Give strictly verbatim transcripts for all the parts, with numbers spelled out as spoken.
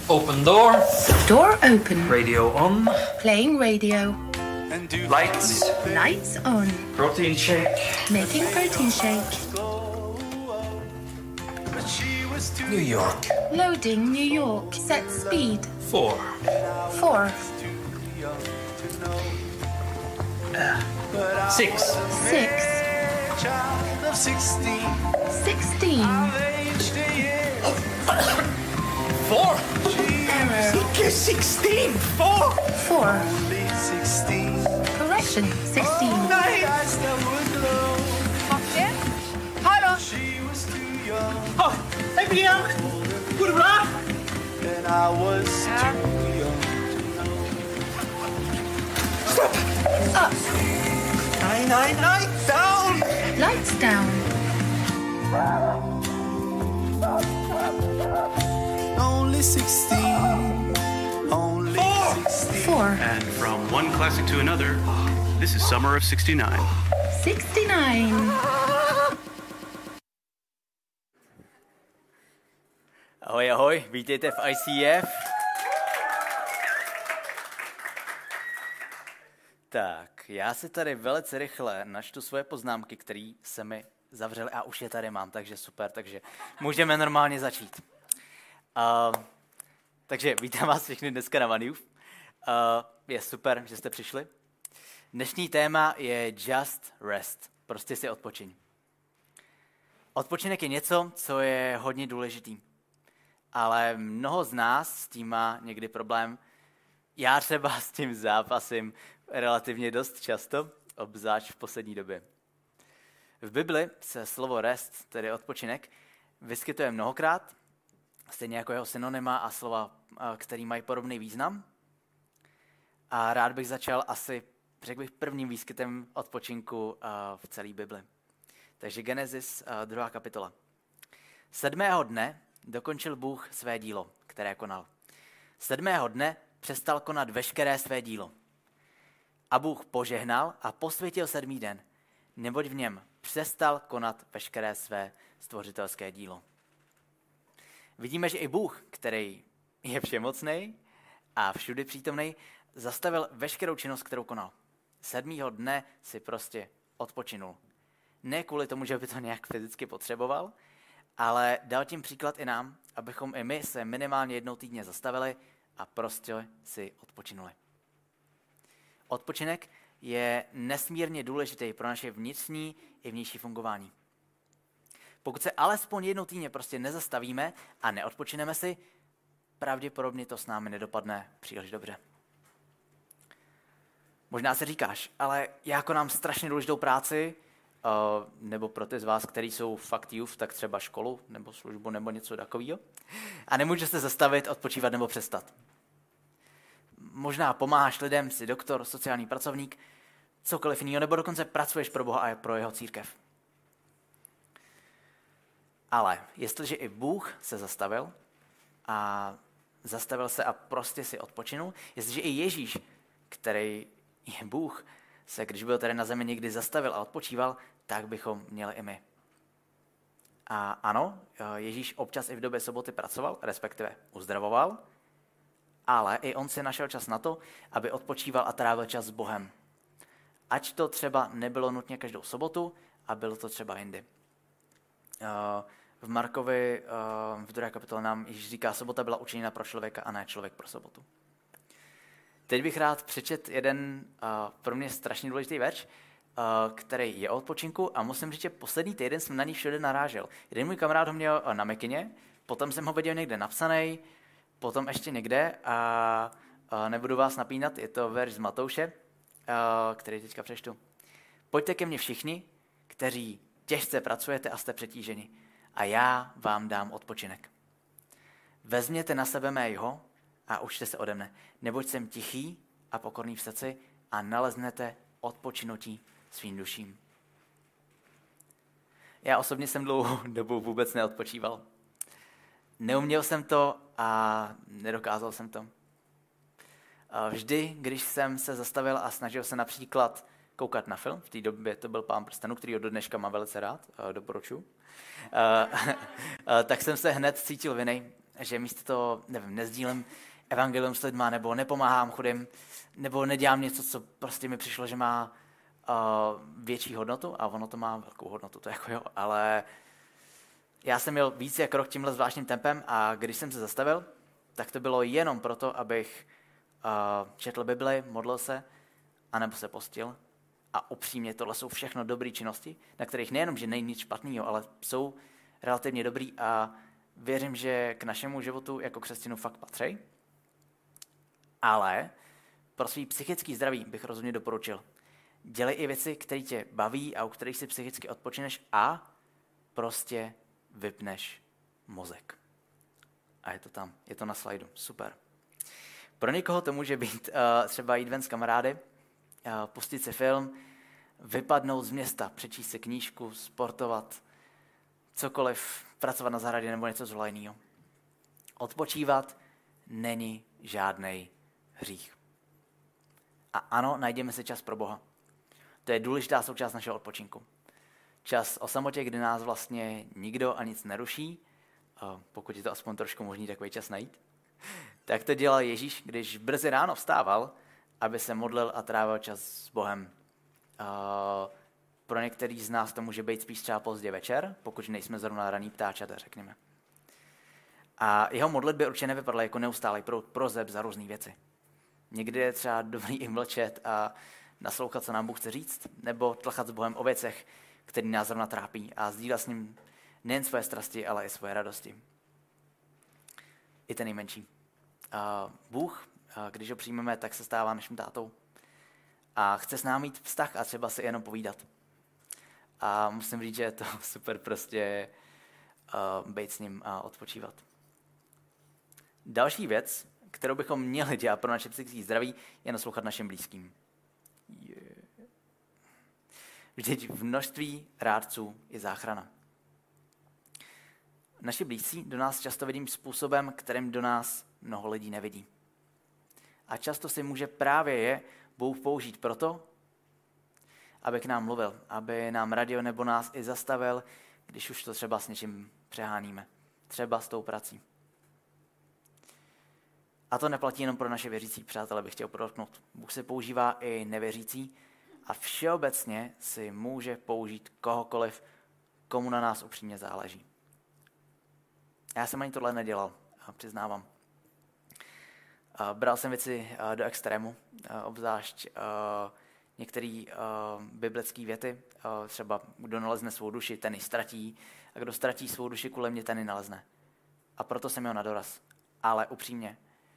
Open door. Door open. Radio on. Playing radio. Lights. Lights on. Protein shake. Making protein shake. New York. Loading New York. Set speed. Four. Four. Uh, six. Six. Sixteen. Four. Error. Sixteen. Four. Four. Correction. Sixteen. Hallo. Oh, hej Brian. Går det bra? Stopp. Up. Nej, nej, nej. Down. Lights down. Only sixteen. Only sixteen. Four. And from one classic to another, this is Summer of sixty-nine. Sixty-nine. Ahoj, ahoj, vítejte v I C F. Tak, já si tady velice rychle načtu svoje poznámky, které se mi zavřely a už je tady mám, takže super, takže můžeme normálně začít. Uh, takže vítám vás všechny dneska na Manův. Uh, je super, že jste přišli. Dnešní téma je Just Rest, prostě si odpočiň. Odpočinek je něco, co je hodně důležitý. Ale mnoho z nás s tím má někdy problém. Já třeba s tím zápasím relativně dost často, obzvlášť v poslední době. V Bibli se slovo rest, tedy odpočinek, vyskytuje mnohokrát, stejně jako jeho synonyma a slova, který mají podobný význam. A rád bych začal asi, řekl bych, prvním výskytem odpočinku v celé Bibli. Takže Genesis, druhá kapitola. Sedmého dne dokončil Bůh své dílo, které konal. Sedmého dne přestal konat veškeré své dílo. A Bůh požehnal a posvětil sedmý den, neboť v něm přestal konat veškeré své stvořitelské dílo. Vidíme, že i Bůh, který je všemocný a všudy přítomný, zastavil veškerou činnost, kterou konal. Sedmýho dne si prostě odpočinul. Ne kvůli tomu, že by to nějak fyzicky potřeboval, ale dal tím příklad i nám, abychom i my se minimálně jednou týdně zastavili a prostě si odpočinuli. Odpočinek je nesmírně důležitý pro naše vnitřní i vnější fungování. Pokud se alespoň jednou týdně prostě nezastavíme a neodpočineme si, pravděpodobně to s námi nedopadne příliš dobře. Možná si říkáš, ale já konám strašně důležitou práci, Uh, nebo pro ty z vás, kteří jsou fakt youth, tak třeba školu nebo službu nebo něco takového. A nemůžeš se zastavit, odpočívat nebo přestat. Možná pomáháš lidem, jsi doktor, sociální pracovník, cokoliv jiného, nebo dokonce pracuješ pro Boha a pro jeho církev. Ale jestliže i Bůh se zastavil a zastavil se a prostě si odpočinul, jestliže i Ježíš, který je Bůh, se, když byl tady na zemi, někdy zastavil a odpočíval, tak bychom měli i my. A ano, Ježíš občas i v době soboty pracoval, respektive uzdravoval, ale i on si našel čas na to, aby odpočíval a trávil čas s Bohem. Ať to třeba nebylo nutně každou sobotu, a bylo to třeba jindy. V Markovi v druhé kapitole nám Ježíš říká, sobota byla učiněna pro člověka a ne člověk pro sobotu. Teď bych rád přečet jeden uh, pro mě strašně důležitý verš, uh, který je o odpočinku a musím říct, že poslední týden jsem na ní všude narážel. Jeden můj kamarád ho měl uh, na Mekině, potom jsem ho viděl někde napsaný, potom ještě někde a uh, nebudu vás napínat, je to verš z Matouše, uh, který teďka přečtu. Pojďte ke mně všichni, kteří těžce pracujete a jste přetíženi a já vám dám odpočinek. Vezměte na sebe mé jho a učte se ode mne, neboť jsem tichý a pokorný v srdci a naleznete odpočinutí svým duším. Já osobně jsem dlouhou dobu vůbec neodpočíval. Neuměl jsem to a nedokázal jsem to. Vždy, když jsem se zastavil a snažil se například koukat na film, v té době to byl Pán prstenů, který do dneška mám velice rád, doporučuji, tak jsem se hned cítil vinej. že místo toho, nevím, nezdílím evangelium s lidma, nebo nepomáhám chudým, nebo nedělám něco, co prostě mi přišlo, že má uh, větší hodnotu, a ono to má velkou hodnotu, to jako jo, ale já jsem měl víc jak rok tímhle zvláštním tempem a když jsem se zastavil, tak to bylo jenom proto, abych uh, četl Bibli, modlil se, anebo se postil. A upřímně, tohle jsou všechno dobré činnosti, na kterých nejenom, že není nic špatného, ale jsou relativně dobrý a věřím, že k našemu životu jako křesťanů fakt patří. Ale pro svý psychický zdraví bych rozhodně doporučil. Dělej i věci, které tě baví a u kterých si psychicky odpočineš a prostě vypneš mozek. A je to tam, je to na slajdu, super. Pro někoho to může být uh, třeba jít ven s kamarády, uh, pustit si film, vypadnout z města, přečíst si knížku, sportovat, cokoliv, pracovat na zahradě nebo něco zvolejného. Odpočívat není žádnej hřích. A ano, najdeme si čas pro Boha. To je důležitá součást našeho odpočinku. Čas o samotě, kdy nás vlastně nikdo a nic neruší, pokud je to aspoň trošku možný takový čas najít, tak to dělal Ježíš, když brzy ráno vstával, aby se modlil a trávil čas s Bohem. Pro některý z nás to může být spíš třeba pozdě večer, pokud nejsme zrovna raný ptáčata, řekněme. A jeho modlitby určitě nevypadaly jako neustálý prozeb za různé věci. Někdy je třeba dobrý i mlčet a naslouchat, co nám Bůh chce říct, nebo tlachat s Bohem o věcech, které nás zrovna trápí a sdílet s ním nejen svoje strasti, ale i svoje radosti. I ten nejmenší. Uh, Bůh, uh, když ho přijmeme, tak se stává naším tátou. A chce s námi mít vztah a třeba si jenom povídat. A musím říct, že je to super prostě uh, být s ním a odpočívat. Další věc, kterou bychom měli dělat pro naše psychické zdraví, je naslouchat našim blízkým. Yeah. Vždyť v množství rádců je záchrana. Naši blízcí do nás často vidí způsobem, kterým do nás mnoho lidí nevidí. A často si může právě je Bůh použít proto, aby k nám mluvil, aby nám radil nebo nás i zastavil, když už to třeba s něčím přeháníme. Třeba s tou prací. A to neplatí jenom pro naše věřící přátelé, bych chtěl podotknout. Bůh se používá i nevěřící a všeobecně si může použít kohokoliv, komu na nás upřímně záleží. Já jsem ani tohle nedělal, přiznávám. Bral jsem věci do extrému, obzvlášť některé biblické věty. Třeba kdo nalezne svou duši, ten ji ztratí, a kdo ztratí svou duši kvůli mě, ten ji nalezne. A proto jsem měl na doraz. Ale upřímně,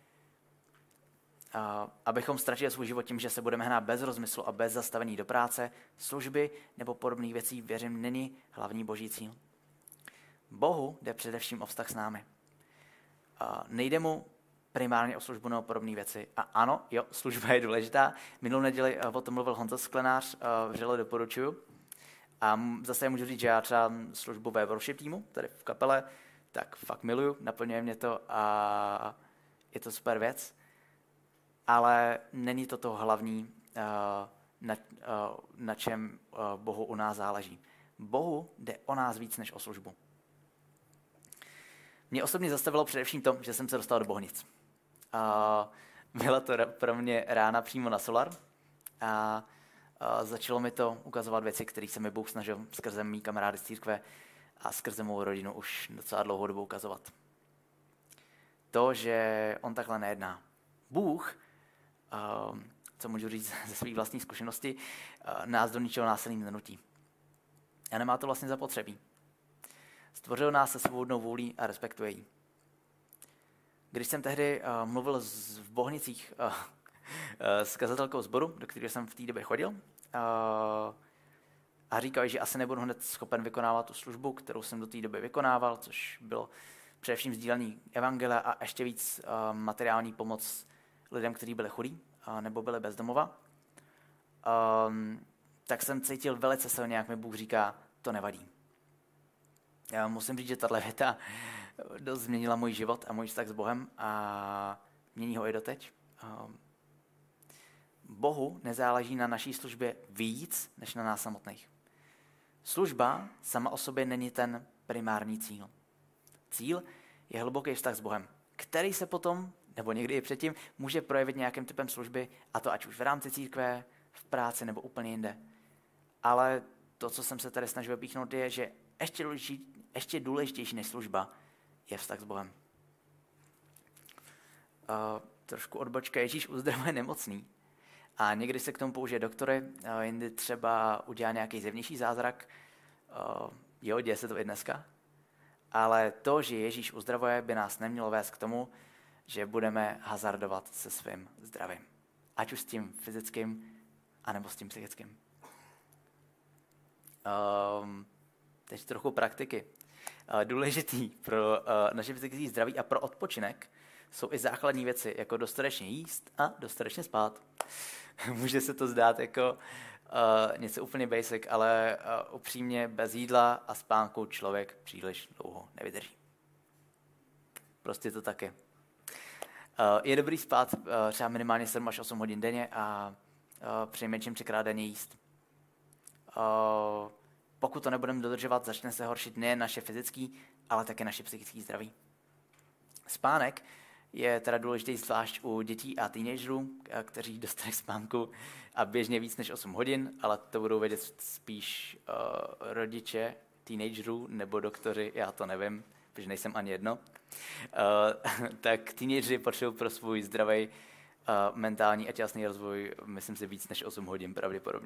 abychom ztratili svůj život tím, že se budeme hnát bez rozmyslu a bez zastavení do práce, služby nebo podobných věcí, věřím, není hlavní boží cíl. Bohu jde především o vztah s námi. Nejde mu primárně o službu nebo podobné věci. A ano, jo, služba je důležitá. Minulou neděli o tom mluvil Honza Sklenář, vřele doporučuju. A zase můžu říct, že já třeba službu ve worship týmu, tady v kapele, tak fakt miluju, naplňuje mě to a je to super věc. Ale není to to hlavní, na, na čem Bohu u nás záleží. Bohu jde o nás víc než o službu. Mě osobně zastavilo především to, že jsem se dostal do Bohnic. A byla to pro mě rána přímo na Solar a, a začalo mi to ukazovat věci, které se mi Bůh snažil skrze mý kamarády z církve a skrze mou rodinu už docela dlouhou dobu ukazovat. To, že on takhle nejedná. Bůh, a, co můžu říct ze své vlastní zkušenosti, a, nás do ničeho násilí nenutí. A nemá to vlastně zapotřebí. Stvořil nás se svobodnou vůlí a respektuje ji. Když jsem tehdy uh, mluvil z, v Bohnicích uh, uh, s kazatelkou sboru, do kterého jsem v té době chodil, uh, a říkal, že asi nebudu hned schopen vykonávat tu službu, kterou jsem do té doby vykonával, což bylo především sdílení evangelia a ještě víc uh, materiální pomoc lidem, kteří byli chudí uh, nebo byli bezdomova, um, tak jsem cítil velice silně, jak mi Bůh říká, to nevadí. Já musím říct, že tato věta dost změnila můj život a můj vztah s Bohem a mění ho i doteď. Bohu nezáleží na naší službě víc, než na nás samotných. Služba sama o sobě není ten primární cíl. Cíl je hluboký vztah s Bohem, který se potom, nebo někdy i předtím, může projevit nějakým typem služby, a to ať už v rámci církve, v práci nebo úplně jinde. Ale to, co jsem se tady snažil vypíchnout, je, že ještě důležitější, ještě důležitější než služba je vztah s Bohem. Uh, trošku odbočka, Ježíš uzdravuje nemocný. A někdy se k tomu použije doktory, uh, jindy třeba udělá nějaký zevnější zázrak. Uh, jo, děje se to i dneska. Ale to, že Ježíš uzdravuje, by nás nemělo vést k tomu, že budeme hazardovat se svým zdravím. Ať už s tím fyzickým, anebo s tím psychickým. Um, teď trochu praktiky. Uh, důležitý pro uh, naše fyzické zdraví a pro odpočinek jsou i základní věci, jako dostatečně jíst a dostatečně spát. Může se to zdát jako uh, něco úplně basic, ale uh, upřímně bez jídla a spánku člověk příliš dlouho nevydrží. Prostě to taky. Uh, je dobrý spát uh, třeba minimálně sedm až osm hodin denně a uh, přinejmenším třikrát denně jíst. Uh, pokud to nebudeme dodržovat, začne se horšit nejen naše fyzické, ale také naše psychické zdraví. Spánek je teda důležitý zvlášť u dětí a teenagerů, kteří dostanou spánku a běžně víc než osm hodin, ale to budou vědět spíš uh, rodiče teenagerů nebo doktoři, já to nevím, protože nejsem ani jedno. Uh, tak teenageři potřebují pro svůj zdravý uh, mentální a tělesný rozvoj, myslím si, víc než osm hodin pravděpodobně.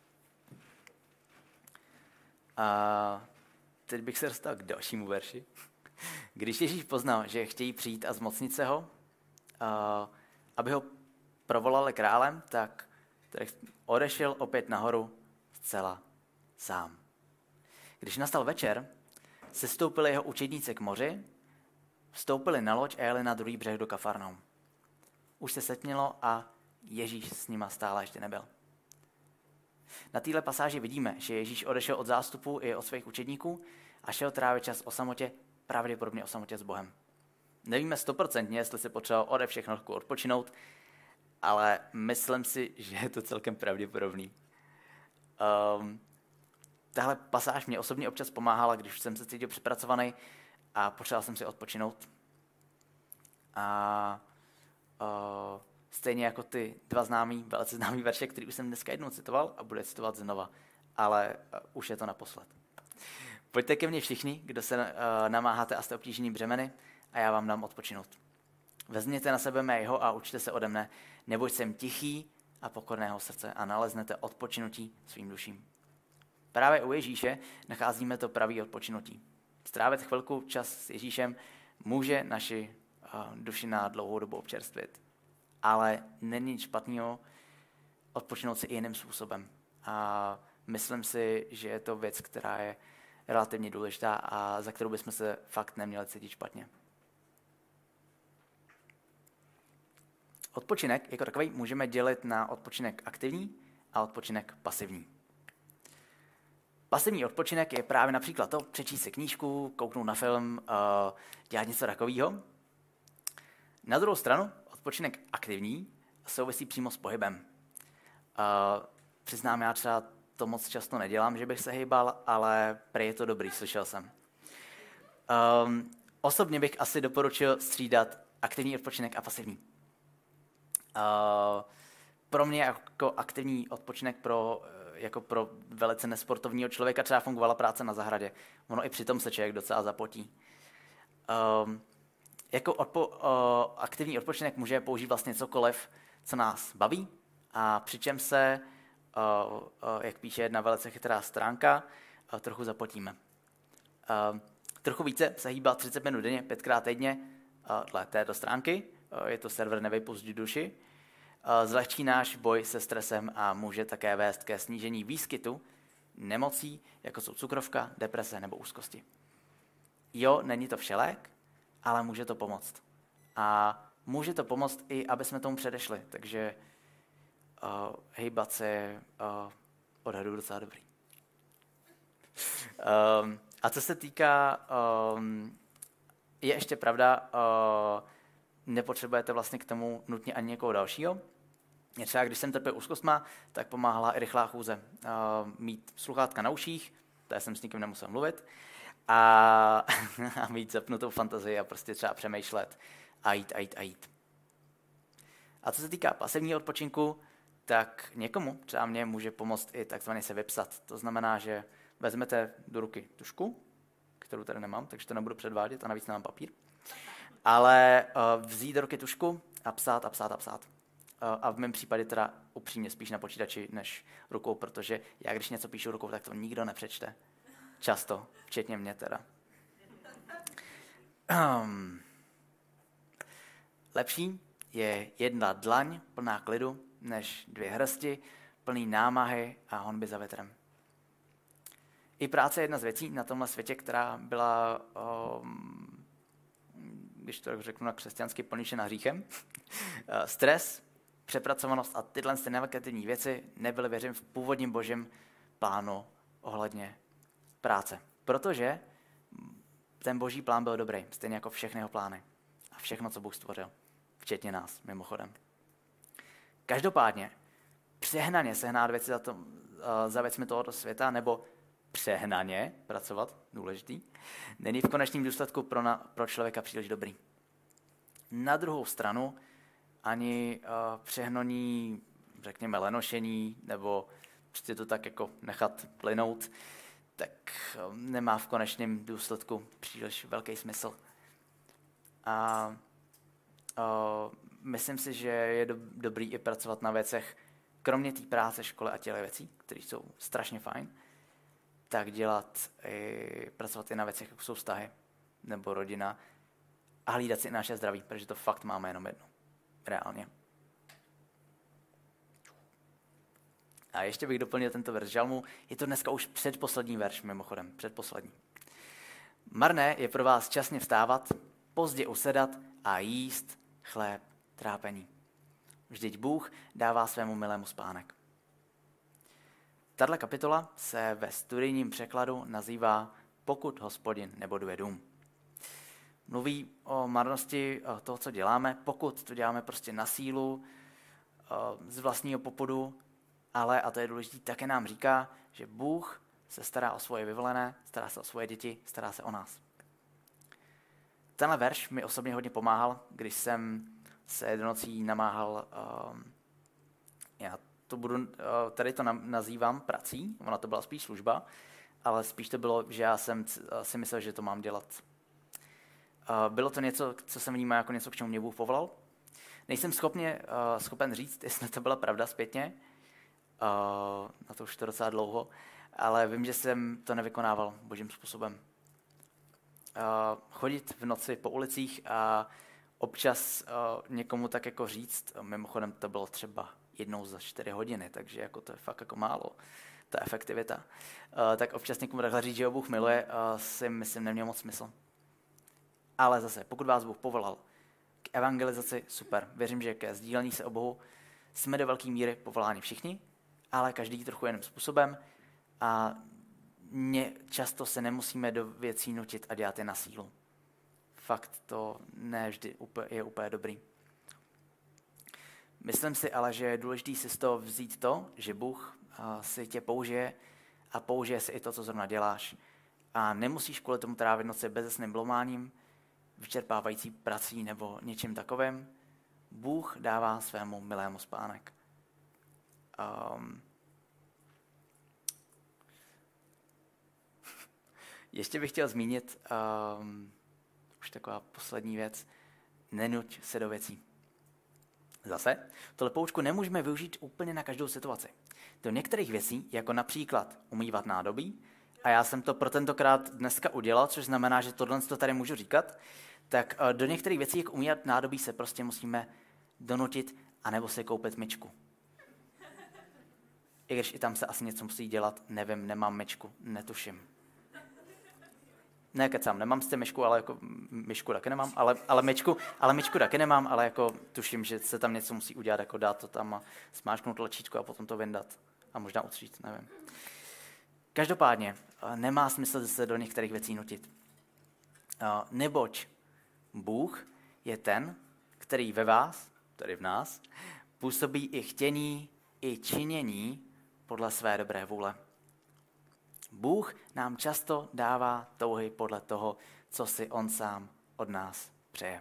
A teď bych se dostal k dalšímu verši. Když Ježíš poznal, že chtějí přijít a zmocnit se ho, uh, aby ho provolali králem, tak odešel opět nahoru zcela sám. Když nastal večer, sestoupili jeho učedníci k moři, vstoupili na loď a jeli na druhý břeh do Kafarnaum. Už se setmělo a Ježíš s nima stále ještě nebyl. Na téhle pasáži vidíme, že Ježíš odešel od zástupu i od svých učedníků a šel trávit čas o samotě, pravděpodobně o samotě s Bohem. Nevíme stoprocentně, jestli se potřeboval ode všech chvilku odpočinout, ale myslím si, že je to celkem pravděpodobný. Um, tahle pasáž mě osobně občas pomáhala, když jsem se cítil přepracovaný a potřeboval jsem si odpočinout. A uh, stejně jako ty dva známý, velice známý verše, který už jsem dneska jednou citoval a budu je citovat znova, ale uh, už je to naposled. Pojďte ke mně všichni, kdo se uh, namáháte a jste obtížený břemeny a já vám dám odpočinout. Vezměte na sebe mého a učte se ode mne, neboť jsem tichý a pokorného srdce a naleznete odpočinutí svým duším. Právě u Ježíše nacházíme to pravý odpočinutí. Strávit chvilku čas s Ježíšem může naši uh, duši na dlouhou dobu občerstvit. Ale není nic špatného odpočinout si i jiným způsobem. A myslím si, že je to věc, která je relativně důležitá a za kterou bychom se fakt neměli cítit špatně. Odpočinek jako takový můžeme dělit na odpočinek aktivní a odpočinek pasivní. Pasivní odpočinek je právě například to, přečíst si knížku, kouknout na film, dělat něco takového. Na druhou stranu, odpočinek aktivní souvisí přímo s pohybem. Přiznám, já třeba to moc často nedělám, že bych se hejbal, ale prej je to dobrý, slyšel jsem. Um, osobně bych asi doporučil střídat aktivní odpočinek a pasivní. Uh, pro mě jako aktivní odpočinek pro, jako pro velice nesportovního člověka třeba fungovala práce na zahradě. Ono i přitom se člověk docela zapotí. Um, jako odpo, uh, aktivní odpočinek může použít vlastně cokoliv, co nás baví a přičem se Uh, uh, jak píše jedna velice chytrá stránka, uh, trochu zapotíme. Uh, trochu více se hýbat třicet minut denně, pětkrát týdně, uh, dle této stránky, uh, je to server Nevypusť duši, uh, zlehčí náš boj se stresem a může také vést ke snížení výskytu nemocí, jako jsou cukrovka, deprese nebo úzkosti. Jo, není to všelék, ale může to pomoct. A může to pomoct i, aby jsme tomu předešli, takže Uh, hejbat se uh, odhadu docela dobrý. Um, a co se týká, um, je ještě pravda, uh, nepotřebujete vlastně k tomu nutně ani někoho dalšího. Je třeba, když jsem trpěl úzkostma, tak pomáhala i rychlá chůze. Uh, mít sluchátka na uších, to jsem s nikým nemusel mluvit, a, a mít zapnutou fantazii a prostě třeba přemýšlet a jít a jít a jít. A co se týká pasivního odpočinku, tak někomu, třeba mě, může pomoct i takzvaně se vypsat. To znamená, že vezmete do ruky tužku, kterou tady nemám, takže to nebudu předvádět a navíc nemám papír. Ale uh, vzít do ruky tužku a psát a psát a psát. Uh, a v mém případě teda upřímně spíš na počítači než rukou, protože já když něco píšu rukou, tak to nikdo nepřečte. Často, včetně mě teda. Um, lepší je jedna dlaň plná klidu, než dvě hrsti plný námahy a honby za větrem. I práce je jedna z věcí na tomhle světě, která byla, um, když to řeknu na křesťansky, plničena hříchem. Stres, přepracovanost a tyhle negativní věci nebyly, věřím, v původním božím plánu ohledně práce. Protože ten boží plán byl dobrý, stejně jako všechny jeho plány. A všechno, co Bůh stvořil. Včetně nás, mimochodem. Každopádně, přehnaně sehnat věci za, to, za věcmi tohoto světa, nebo přehnaně pracovat, důležitý, není v konečném důsledku pro, na, pro člověka příliš dobrý. Na druhou stranu, ani uh, přehnaní, řekněme, lenošení, nebo prostě to tak jako nechat plynout, tak uh, nemá v konečném důsledku příliš velký smysl. A uh, myslím si, že je do, dobrý i pracovat na věcech, kromě té práce, školy a těchto věcí, které jsou strašně fajn, tak dělat i, pracovat i na věcech, jako jsou vztahy nebo rodina a hlídat si i naše zdraví, protože to fakt máme jenom jedno. Reálně. A ještě bych doplnil tento verš žalmu. Je to dneska už předposlední verš, mimochodem. Předposlední. Marné je pro vás časně vstávat, pozdě usedat a jíst chléb trápení. Vždyť Bůh dává svému milému spánek. Tato kapitola se ve studijním překladu nazývá Pokud Hospodin nebuduje dům. Mluví o marnosti toho, co děláme, pokud to děláme prostě na sílu, z vlastního popudu, ale, a to je důležité, také nám říká, že Bůh se stará o svoje vyvolené, stará se o svoje děti, stará se o nás. Tenhle verš mi osobně hodně pomáhal, když jsem se do nocí namáhal, um, já to budu, uh, tady to nazývám prací, ona to byla spíš služba, ale spíš to bylo, že já jsem si myslel, že to mám dělat. Uh, bylo to něco, co jsem vnímal jako něco, k čemu mě Bůh povolal. Nejsem schopně, uh, schopen říct, jestli to byla pravda zpětně, uh, na to už to docela dlouho, ale vím, že jsem to nevykonával božím způsobem. Uh, chodit v noci po ulicích a občas uh, někomu tak jako říct, mimochodem to bylo třeba jednou za čtyři hodiny, takže jako to je fakt jako málo, ta efektivita. Uh, tak občas někomu takhle říct, že ho Bůh miluje, uh, si myslím neměl moc smysl. Ale zase, pokud vás Bůh povolal k evangelizaci, super. Věřím, že ke sdílení se o Bohu jsme do velké míry povoláni všichni, ale každý trochu jiným způsobem a mě často se nemusíme do věcí nutit a dělat je na sílu. Fakt to ne vždy je úplně dobrý. Myslím si ale, že je důležité si z toho vzít to, že Bůh si tě použije a použije si i to, co zrovna děláš. A nemusíš kvůli tomu trávit noci bezesným blománím, vyčerpávající prací nebo něčím takovým. Bůh dává svému milému spánek. Um, ještě bych chtěl zmínit um, už taková poslední věc. Nenuť se do věcí. Zase, tohle poučku nemůžeme využít úplně na každou situaci. Do některých věcí, jako například umývat nádobí, a já jsem to pro tentokrát dneska udělal, což znamená, že tohle to tady můžu říkat, tak do některých věcí, jak umývat nádobí, se prostě musíme donutit, anebo si koupit myčku. I když i tam se asi něco musí dělat, nevím, nemám myčku, netuším. Ne, kecám, nemám s tím myšku, ale jako myšku taky nemám, ale, ale, myčku, ale myčku taky nemám, ale jako tuším, že se tam něco musí udělat, jako dát to tam a smáčknout tlačítko a potom to vyndat a možná utřít, nevím. Každopádně nemá smysl se do některých věcí nutit. Neboť Bůh je ten, který ve vás, tedy v nás, působí i chtění, i činění podle své dobré vůle. Bůh nám často dává touhy podle toho, co si on sám od nás přeje.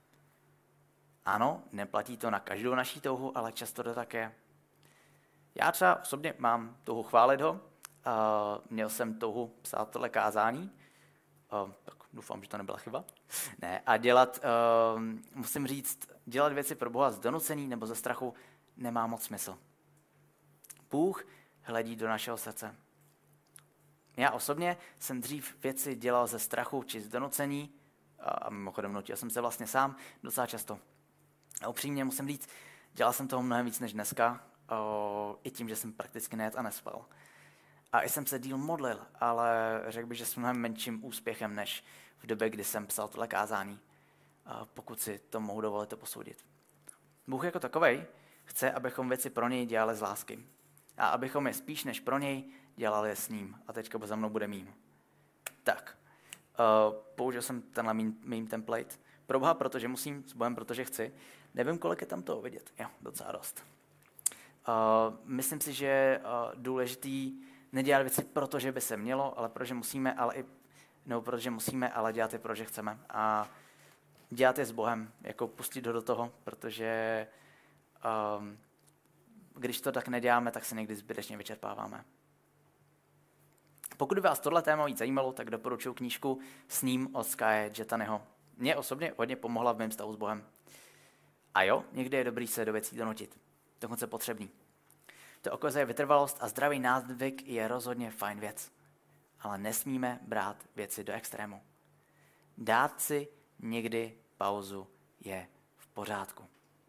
Ano, neplatí to na každou naší touhu, ale často to také. Já třeba osobně mám touhu chválit ho. Uh, měl jsem touhu psát tohle kázání. Uh, tak doufám, že to nebyla chyba. Ne, a dělat, uh, musím říct, dělat věci pro Boha z donucení nebo ze strachu nemá moc smysl. Bůh hledí do našeho srdce. Já osobně jsem dřív věci dělal ze strachu či z donucení a mimochodem nutil jsem se vlastně sám docela často. A upřímně musím říct, dělal jsem toho mnohem víc než dneska, o, i tím, že jsem prakticky nejedl a nespal. A i jsem se díl modlil, ale řekl bych, že s mnohem menším úspěchem, než v době, kdy jsem psal tohle kázání, a pokud si to mohu dovolit to posoudit. Bůh jako takovej chce, abychom věci pro něj dělali z lásky. A abychom je spíš než pro něj dělali s ním. A teďka za mnou bude mím. Tak, uh, použil jsem tenhle mým template. Pro Boha, protože musím, s Bohem, protože chci. Nevím, kolik je tam toho vidět. Jo, docela dost. Uh, myslím si, že je uh, důležitý nedělat věci, protože by se mělo, ale protože musíme, ale i, nebo protože musíme, ale dělat je, protože chceme. A dělat je s Bohem, jako pustit ho do toho, protože um, když to tak neděláme, tak se někdy zbytečně vyčerpáváme. Pokud by vás tohle téma víc zajímalo, tak doporučuji knížku S ním od Skye Jethanyho. Mně osobně hodně pomohla v mém stavu s Bohem. A jo, někdy je dobrý se do věcí donutit. Dokonce potřebný. To ukazuje vytrvalost a zdravý návyk je rozhodně fajn věc. Ale nesmíme brát věci do extrému. Dát si někdy pauzu je v pořádku.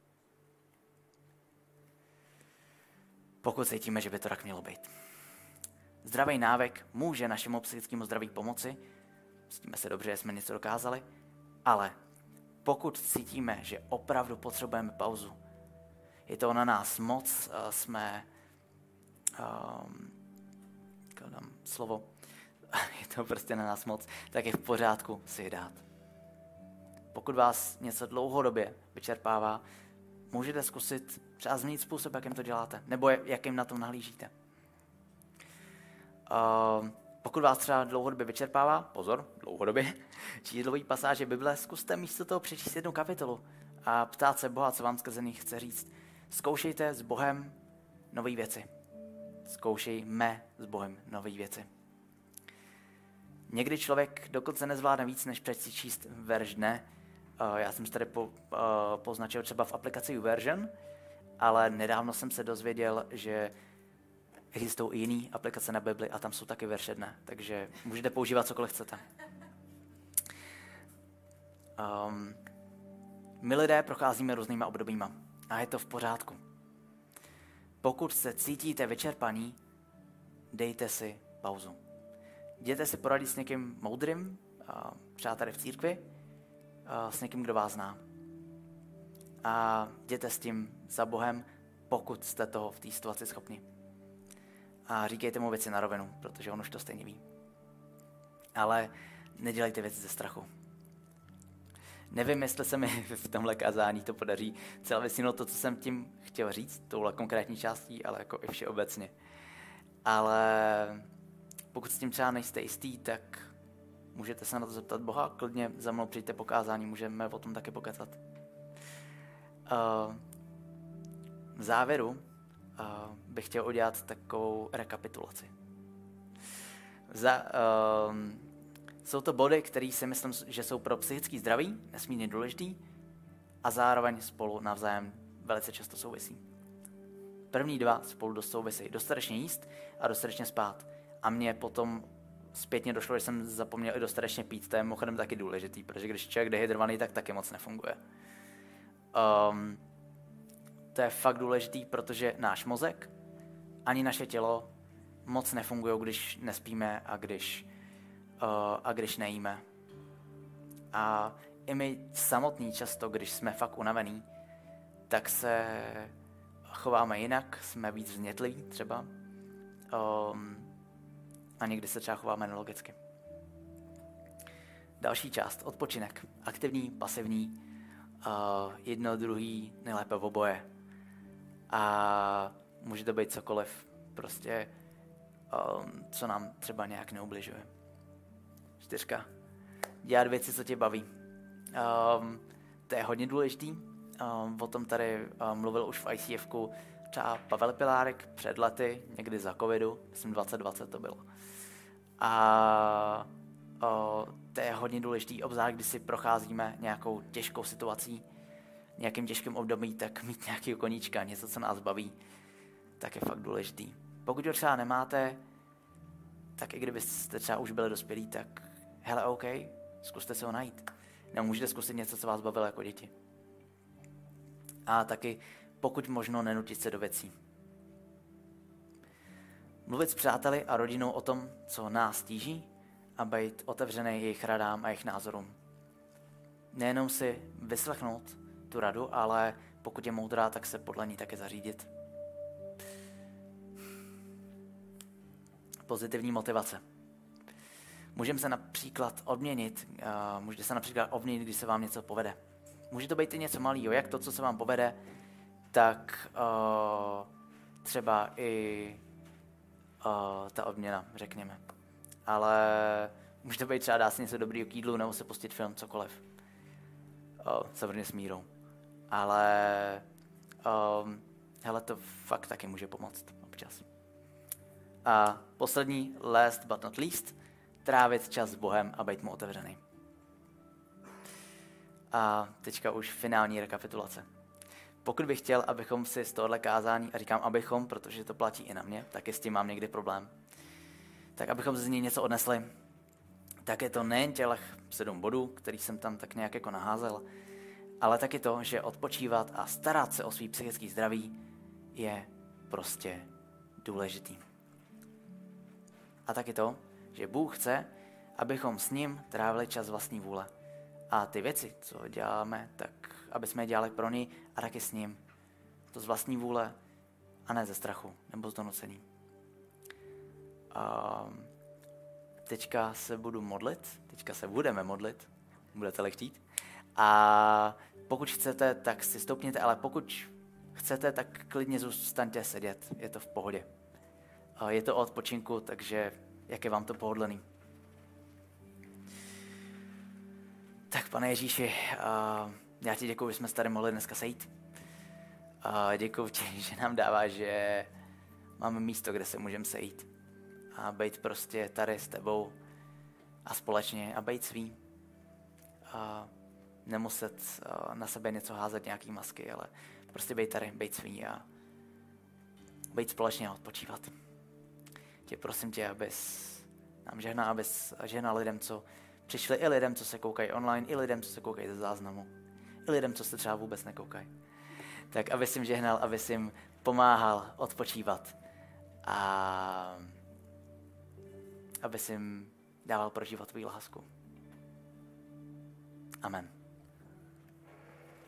Pokud cítíme, že by to tak mělo být. Zdravý návyk může našemu psychickému zdraví pomoci, cítíme se dobře, že jsme něco dokázali, ale pokud cítíme, že opravdu potřebujeme pauzu, je to na nás moc, jsme, um, dám slovo, je to prostě na nás moc, tak je v pořádku si ji dát. Pokud vás něco dlouhodobě vyčerpává, můžete zkusit třeba změnit způsob, jakým to děláte, nebo jakým na tom nahlížíte. Uh, pokud vás třeba dlouhodobě vyčerpává, pozor, dlouhodobě, číslový pasáže Bible, zkuste místo toho přečíst jednu kapitolu a ptát se Boha, co vám skrze nich chce říct. Zkoušejte s Bohem nové věci. Zkoušejme s Bohem nové věci. Někdy člověk dokonce nezvládne víc, než přečíst verš dne. Uh, já jsem se tady po, uh, poznačil třeba v aplikaci YouVersion, ale nedávno jsem se dozvěděl, že existují i jiné aplikace na Bibli a tam jsou taky verše dne, takže můžete používat cokoliv chcete. Um, my lidé procházíme různýma obdobíma a je to v pořádku. Pokud se cítíte vyčerpaní, dejte si pauzu. Jděte si poradit s někým moudrým, třeba tady v církvi, s někým, kdo vás zná. A jděte s tím za Bohem, pokud jste toho v té situaci schopni. A říkejte mu věci na rovinu, protože on už to stejně ví. Ale nedělejte věci ze strachu. Nevím, jestli se mi v tomhle kázání to podaří celé vysvětlit to, co jsem tím chtěl říct, touhle konkrétní částí, ale jako i všeobecně. Ale pokud s tím třeba nejste jistý, tak můžete se na to zeptat Boha, klidně za mnou přijďte po kázání, můžeme o tom taky pokecat. Uh, v závěru uh, bych chtěl udělat takovou rekapitulaci. Za, uh, jsou to body, které si myslím, že jsou pro psychický zdraví nesmírně důležitý a zároveň spolu navzájem velice často souvisí. První dva spolu dost souvisí. Dostatečně jíst a dostatečně spát. A mně potom zpětně došlo, že jsem zapomněl i dostatečně pít. To je mimochodem taky důležitý, protože když člověk dehydrovaný, tak taky moc nefunguje. Um, to je fakt důležitý, protože náš mozek ani naše tělo moc nefungují, když nespíme a když, uh, a když nejíme. A i my samotný často, když jsme fakt unavený, tak se chováme jinak, jsme víc vznětliví třeba. Um, a někdy se třeba chováme nelogicky. Další část, odpočinek. Aktivní, pasivní, uh, jedno, druhý, nejlépe oboje. A může to být cokoliv. Prostě um, co nám třeba nějak neubližuje. Čtyřka. Dělat věci, co tě baví. Um, to je hodně důležitý. Um, o tom tady um, mluvil už v I C F ku třeba Pavel Pilárek před lety, někdy za covidu, myslím dvacet dvacet to bylo. A o, to je hodně důležitý, obzvlášť když si procházíme nějakou těžkou situací, nějakým těžkým období, tak mít nějaký koníčka, něco, co nás baví, tak je fakt důležitý. Pokud ho třeba nemáte, tak i kdybyste třeba už byli dospělí, tak hele, OK, zkuste se ho najít. Nebo můžete zkusit něco, co vás bavilo jako děti. A taky, pokud možno, nenutit se do věcí. Mluvit s přáteli a rodinou o tom, co nás tíží, a být otevřený jejich radám a jejich názorům. Nejenom si vyslechnout tu radu, ale pokud je moudrá, tak se podle ní také zařídit. Pozitivní motivace. Můžeme se například odměnit, uh, můžete se například odměnit, když se vám něco povede. Může to být i něco malého, jak to, co se vám povede, tak uh, třeba i uh, ta odměna, řekněme. Ale může to být třeba dát si něco dobrýho k jídlu, nebo se pustit film, cokoliv. Uh, samozřejmě s mírou. Ale um, hele, to fakt taky může pomoct občas. A poslední, last but not least, trávit čas s Bohem a být mu otevřený. A teďka už finální rekapitulace. Pokud bych chtěl, abychom si z tohohle kázání, a říkám abychom, protože to platí i na mě, taky s tím mám někdy problém, tak abychom z něj něco odnesli, tak je to nejen těch sedm bodů, který jsem tam tak nějak jako naházel, ale taky to, že odpočívat a starat se o svý psychický zdraví je prostě důležitý. A taky to, že Bůh chce, abychom s ním trávili čas vlastní vůle. A ty věci, co děláme, tak aby jsme je dělali pro něj a taky s ním. To z vlastní vůle a ne ze strachu nebo z donucení. A teďka se budu modlit, teďka se budeme modlit, budete-li chtít. A pokud chcete, tak si stoupněte, ale pokud chcete, tak klidně zůstaňte sedět, je to v pohodě. A je to o odpočinku, takže jak je vám to pohodlný. Tak, Pane Ježíši, já ti děkuji, že jsme se tady mohli dneska sejít. Děkuji ti, že nám dáváš, že máme místo, kde se můžeme sejít. A být prostě tady s tebou a společně a být svý. A nemuset na sebe něco házet, nějaký masky, ale prostě být tady, být svý a být společně a odpočívat. Tě prosím tě, abys nám žehnal, abys žehnal lidem, co přišli, i lidem, co se koukají online, i lidem, co se koukají ze záznamu, i lidem, co se třeba vůbec nekoukají. Tak abys jim žehnal, abys jim pomáhal odpočívat a abys jim dával prožívat tvou lásku. Amen.